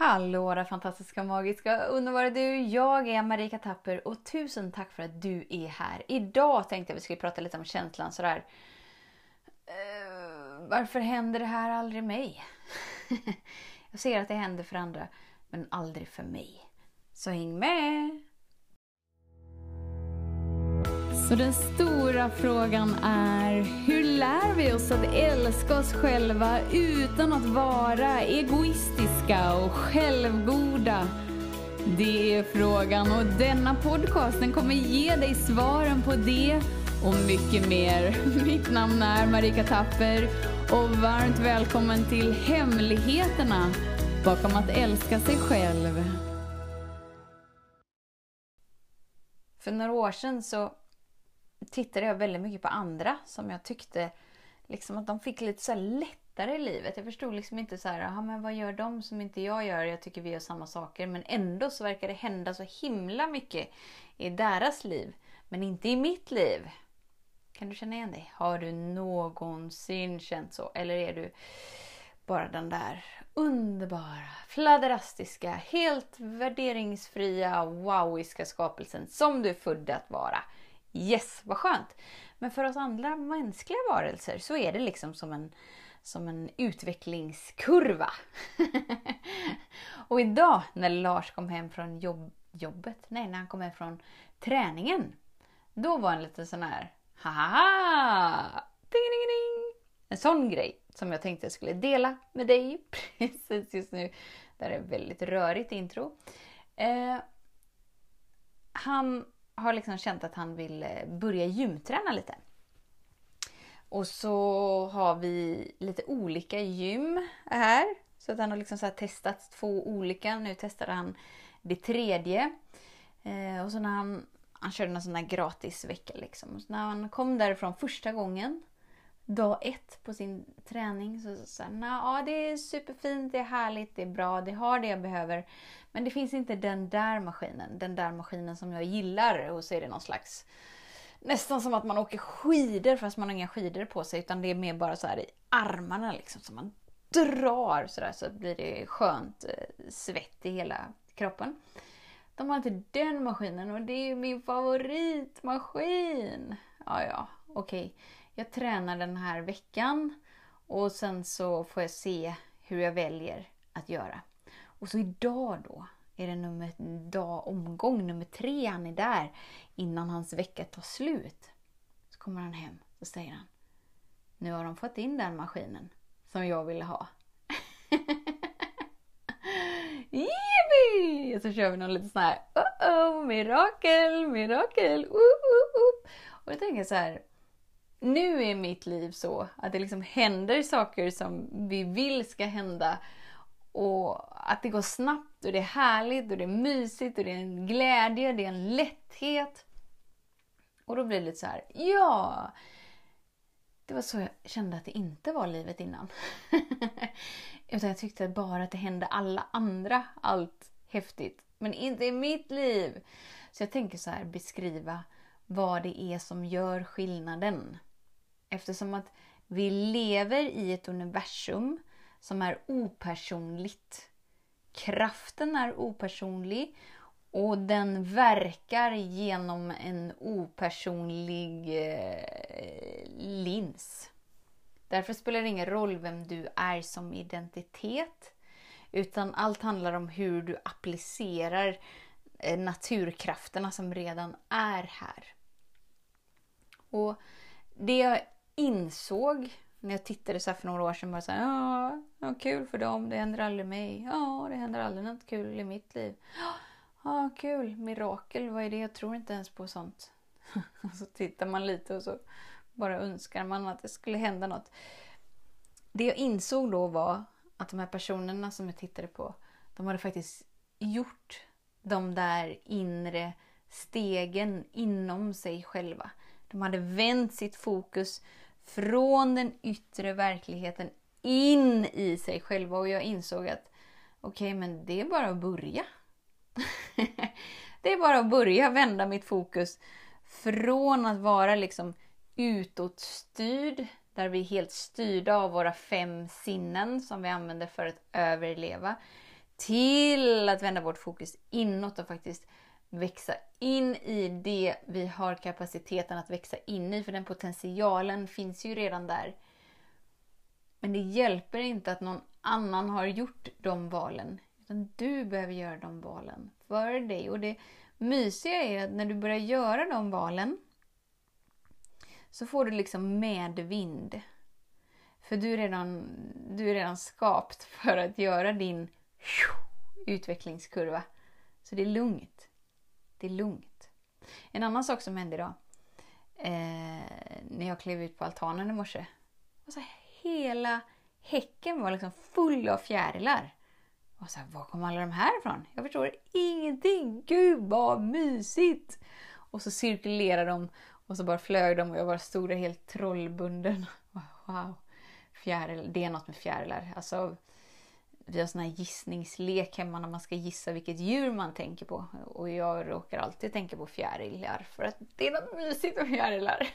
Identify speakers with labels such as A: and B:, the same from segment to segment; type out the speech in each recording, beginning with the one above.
A: Hallå där fantastiska, magiska, underbara du. Jag är Marika Tapper och tusen tack för att du är här. Idag tänkte jag att vi skulle prata lite om känslan sådär. Varför händer det här aldrig mig? Jag ser att det händer för andra, men aldrig för mig. Så häng med! Så den stora frågan är, hur lär vi oss att älska oss själva utan att vara egoistiska och självgoda? Det är frågan, och denna podcasten kommer ge dig svaren på det och mycket mer. Mitt namn är Marika Tapper och varmt välkommen till hemligheterna bakom att älska sig själv. För några år sedan så tittade jag väldigt mycket på andra som jag tyckte liksom att de fick lite så här lättare i livet. Jag förstod liksom inte så här, men vad gör de som inte jag gör? Jag tycker vi gör samma saker, men ändå så verkar det hända så himla mycket i deras liv, men inte i mitt liv. Kan du känna igen dig? Har du någonsin känt så? Eller är du bara den där underbara, fladderastiska, helt värderingsfria, wowiska skapelsen som du är född att vara? Yes, vad skönt. Men för oss andra mänskliga varelser så är det liksom som en utvecklingskurva. Och idag när Lars kom hem från när han kom hem från träningen, då var en lite sån här haha, ding, ding, ding. En sån grej som jag tänkte jag skulle dela med dig precis just nu. Det är ett väldigt rörigt intro. Han har liksom känt att han vill börja gymträna lite. Och så har vi lite olika gym här. Så att han har liksom så här testat 2 olika. Nu testade han det 3:e. Och så när han körde en sån här gratis vecka liksom. Och så när han kom därifrån första gången, dag 1 på sin träning, så sa han, ja det är superfint, det är härligt, det är bra, det har det jag behöver. Men det finns inte den där maskinen som jag gillar. Och så är det någon slags, nästan som att man åker skidor fast man har inga skidor på sig, utan det är mer bara så här i armarna liksom, som man drar så där, så blir det skönt svett i hela kroppen. De har inte den maskinen, och det är ju min favoritmaskin. Ja, okej. Jag tränar den här veckan och sen så får jag se hur jag väljer att göra. Och så idag då är det omgång nummer 3, han är där innan hans vecka tar slut. Så kommer han hem och säger han, nu har de fått in den maskinen som jag ville ha. Yippie! Och så kör vi någon lite sån här mirakel. Och jag tänker så här, nu är mitt liv så att det liksom händer saker som vi vill ska hända. Och att det går snabbt och det är härligt och det är mysigt och det är en glädje, det är en lätthet. Och då blir det lite så här, ja, det var så jag kände att det inte var livet innan. Utan jag tyckte bara att det hände alla andra allt häftigt, men inte i mitt liv. Så jag tänker så här, beskriva vad det är som gör skillnaden. Eftersom att vi lever i ett universum som är opersonligt. Kraften är opersonlig och den verkar genom en opersonlig lins. Därför spelar det ingen roll vem du är som identitet, utan allt handlar om hur du applicerar naturkrafterna som redan är här. Och det jag insåg när jag tittade så här för några år sedan, bara så här, ja, kul för dem, det händer aldrig mig. Ja, det händer aldrig något kul i mitt liv. Ja, kul, mirakel, vad är det? Jag tror inte ens på sånt. Och så tittar man lite och så bara önskar man att det skulle hända något. Det jag insåg då var att de här personerna som jag tittade på, de hade faktiskt gjort de där inre stegen inom sig själva. De hade vänt sitt fokus från den yttre verkligheten in i sig själva. Och jag insåg att okej, men det är bara att börja. Det är bara att börja vända mitt fokus från att vara liksom utåtstyrd, där vi är helt styrda av våra 5 sinnen som vi använder för att överleva, till att vända vårt fokus inåt och faktiskt växa in i det vi har kapaciteten att växa in i. För den potentialen finns ju redan där. Men det hjälper inte att någon annan har gjort de valen. Utan du behöver göra de valen för dig. Och det mysiga är att när du börjar göra de valen så får du liksom medvind. För du är redan skapt för att göra din utvecklingskurva. Så det är lugnt. Det är lugnt. En annan sak som hände idag. När jag klev ut på altanen i morse. Och så hela häcken var liksom full av fjärilar. Och så här, var kom alla de här ifrån? Jag förstår ingenting. Gud vad mysigt. Och så cirkulerade de. Och så bara flög de. Och jag bara stod där helt trollbunden. Wow. Fjäril, det är något med fjärilar. Alltså, vi har sån här gissningslek hemma när man ska gissa vilket djur man tänker på. Och jag råkar alltid tänka på fjärilar. För att det är något mysigt med fjärilar.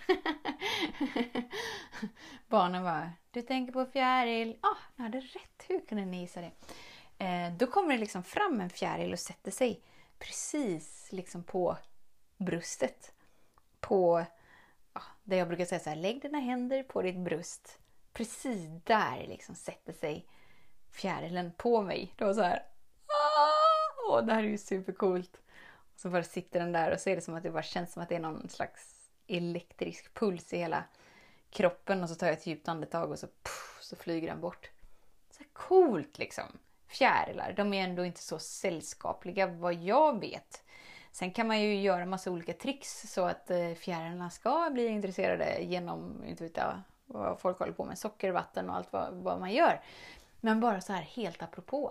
A: Barnen bara, du tänker på fjäril. Jag hade rätt. Hur kunde ni gissa det? Då kommer det liksom fram en fjäril och sätter sig precis liksom på bröstet. På, där jag brukar säga så här, lägg dina händer på ditt bröst. Precis där liksom sätter sig fjärilen på mig. Det var så här, det här är ju supercoolt. Och så bara sitter den där och så är det som att det bara känns som att det är någon slags elektrisk puls i hela kroppen. Och så tar jag ett djupt andetag och så flyger den bort. Så coolt liksom. Fjärilar, de är ändå inte så sällskapliga vad jag vet. Sen kan man ju göra massa olika tricks så att fjärilarna ska bli intresserade genom, inte vet jag, vad folk håller på med, socker, vatten och allt vad man gör. Men bara så här helt apropå.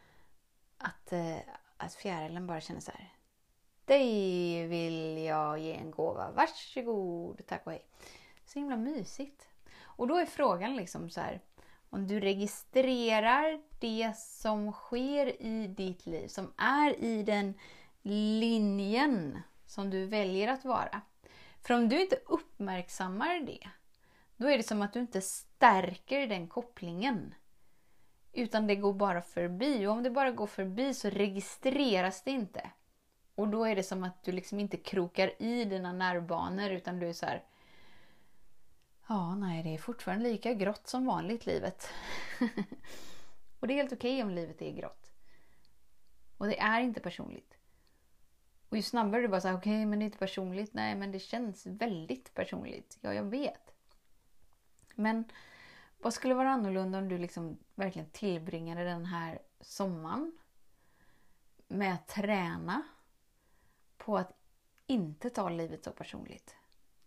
A: Att fjärilen bara känner så här. Dig vill jag ge en gåva. Varsågod, tack och hej. Så himla mysigt. Och då är frågan liksom så här. Om du registrerar det som sker i ditt liv. Som är i den linjen som du väljer att vara. För om du inte uppmärksammar det. Då är det som att du inte stärker den kopplingen. Utan det går bara förbi. Och om det bara går förbi så registreras det inte. Och då är det som att du liksom inte krokar i dina nervbanor. Utan du är så här. Nej, det är fortfarande lika grått som vanligt livet. Och det är helt okej om livet är grått. Och det är inte personligt. Och ju snabbare du bara säger okej, men det är inte personligt. Nej, men det känns väldigt personligt. Ja, jag vet. Men vad skulle vara annorlunda om du liksom verkligen tillbringade den här sommaren med att träna på att inte ta livet så personligt.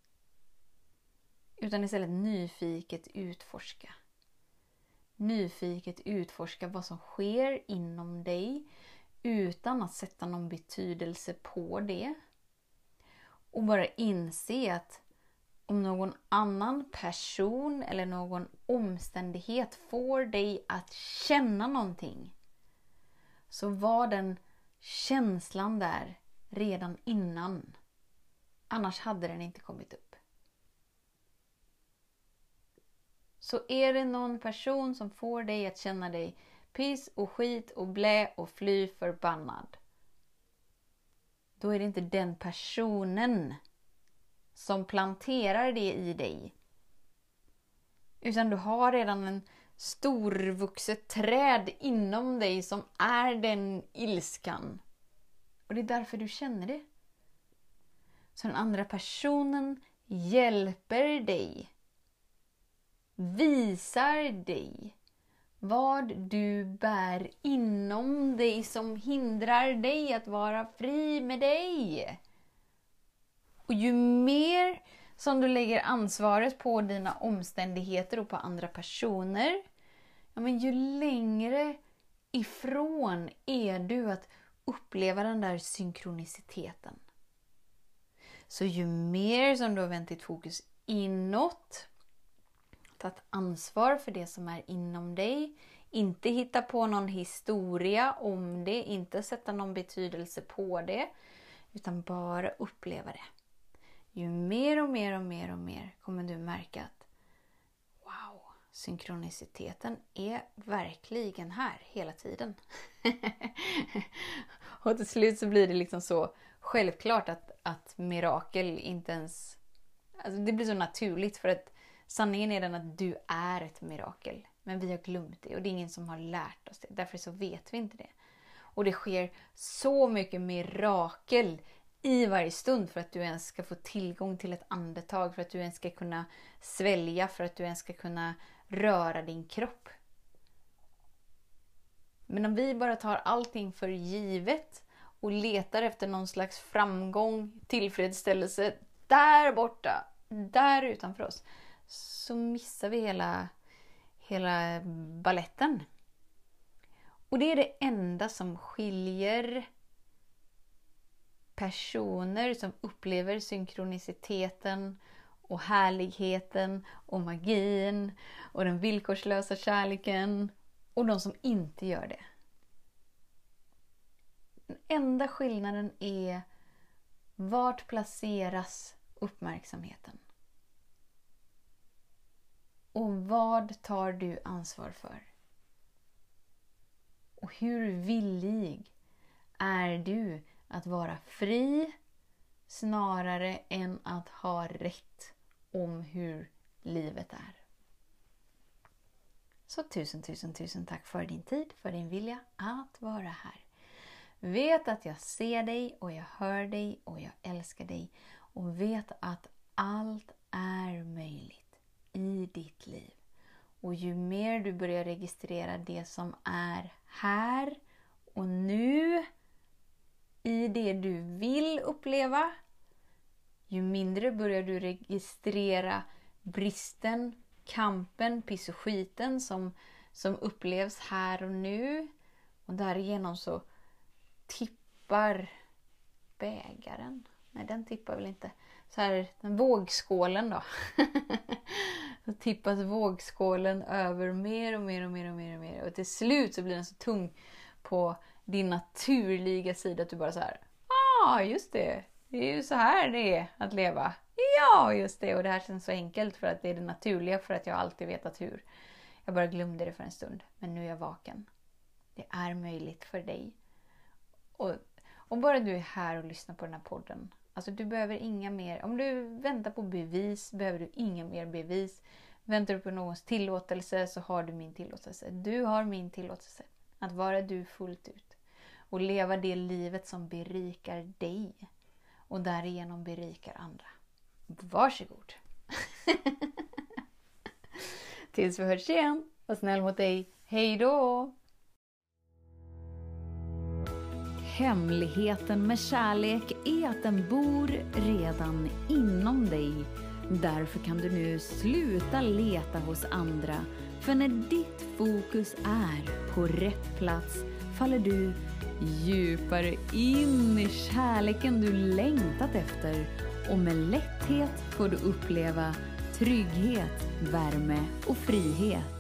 A: Utan istället nyfiket utforska. Nyfiket utforska vad som sker inom dig utan att sätta någon betydelse på det. Och bara inse att om någon annan person eller någon omständighet får dig att känna någonting, så var den känslan där redan innan. Annars hade den inte kommit upp. Så är det någon person som får dig att känna dig piss och skit och blä och fly förbannad, då är det inte den personen som planterar det i dig. Utan du har redan en storvuxet träd inom dig som är den ilskan. Och det är därför du känner det. Så den andra personen hjälper dig. Visar dig vad du bär inom dig som hindrar dig att vara fri med dig. Och ju mer som du lägger ansvaret på dina omständigheter och på andra personer, ju längre ifrån är du att uppleva den där synkroniciteten. Så ju mer som du har vänt ditt fokus inåt, tagit ansvar för det som är inom dig, inte hitta på någon historia om det, inte sätta någon betydelse på det, utan bara uppleva det. Ju mer och mer och mer och mer kommer du märka att wow, synkroniciteten är verkligen här hela tiden. Och till slut så blir det liksom så självklart att mirakel inte ens... Alltså det blir så naturligt, för att sanningen är den att du är ett mirakel. Men vi har glömt det och det är ingen som har lärt oss det. Därför så vet vi inte det. Och det sker så mycket mirakel i varje stund för att du ens ska få tillgång till ett andetag. För att du ens ska kunna svälja. För att du ens ska kunna röra din kropp. Men om vi bara tar allting för givet och letar efter någon slags framgång, tillfredsställelse där borta, där utanför oss, så missar vi hela balletten. Och det är det enda som skiljer personer som upplever synkroniciteten och härligheten och magin och den villkorslösa kärleken och de som inte gör det. Den enda skillnaden är vart placeras uppmärksamheten? Och vad tar du ansvar för? Och hur villig är du att vara fri snarare än att ha rätt om hur livet är? Så tusen tack för din tid, för din vilja att vara här. Vet att jag ser dig och jag hör dig och jag älskar dig. Och vet att allt är möjligt i ditt liv. Och ju mer du börjar registrera det som är här och nu i det du vill uppleva, ju mindre börjar du registrera bristen, kampen, piss och skiten som upplevs här och nu. Och därigenom så tippar bägaren. Nej, den tippar väl inte. Så här, den vågskålen då. Så tippas vågskålen över mer och mer. Och till slut så blir den så tung på din naturliga sida att du bara så här, just det. Det är ju så här det är att leva. Ja, just det. Och det här känns så enkelt för att det är det naturliga, för att jag alltid vetat hur. Jag bara glömde det för en stund. Men nu är jag vaken. Det är möjligt för dig. Och bara du är här och lyssnar på den här podden. Alltså du behöver inga mer. Om du väntar på bevis behöver du inga mer bevis. Väntar du på någons tillåtelse så har du min tillåtelse. Du har min tillåtelse. Att vara du fullt ut. Och leva det livet som berikar dig. Och därigenom berikar andra. Varsågod. Tills vi hörs igen. Var snäll mot dig. Hej då!
B: Hemligheten med kärlek är att den bor redan inom dig. Därför kan du nu sluta leta hos andra. För när ditt fokus är på rätt plats faller du djupare in i kärleken du längtat efter. Och med lätthet får du uppleva trygghet, värme och frihet.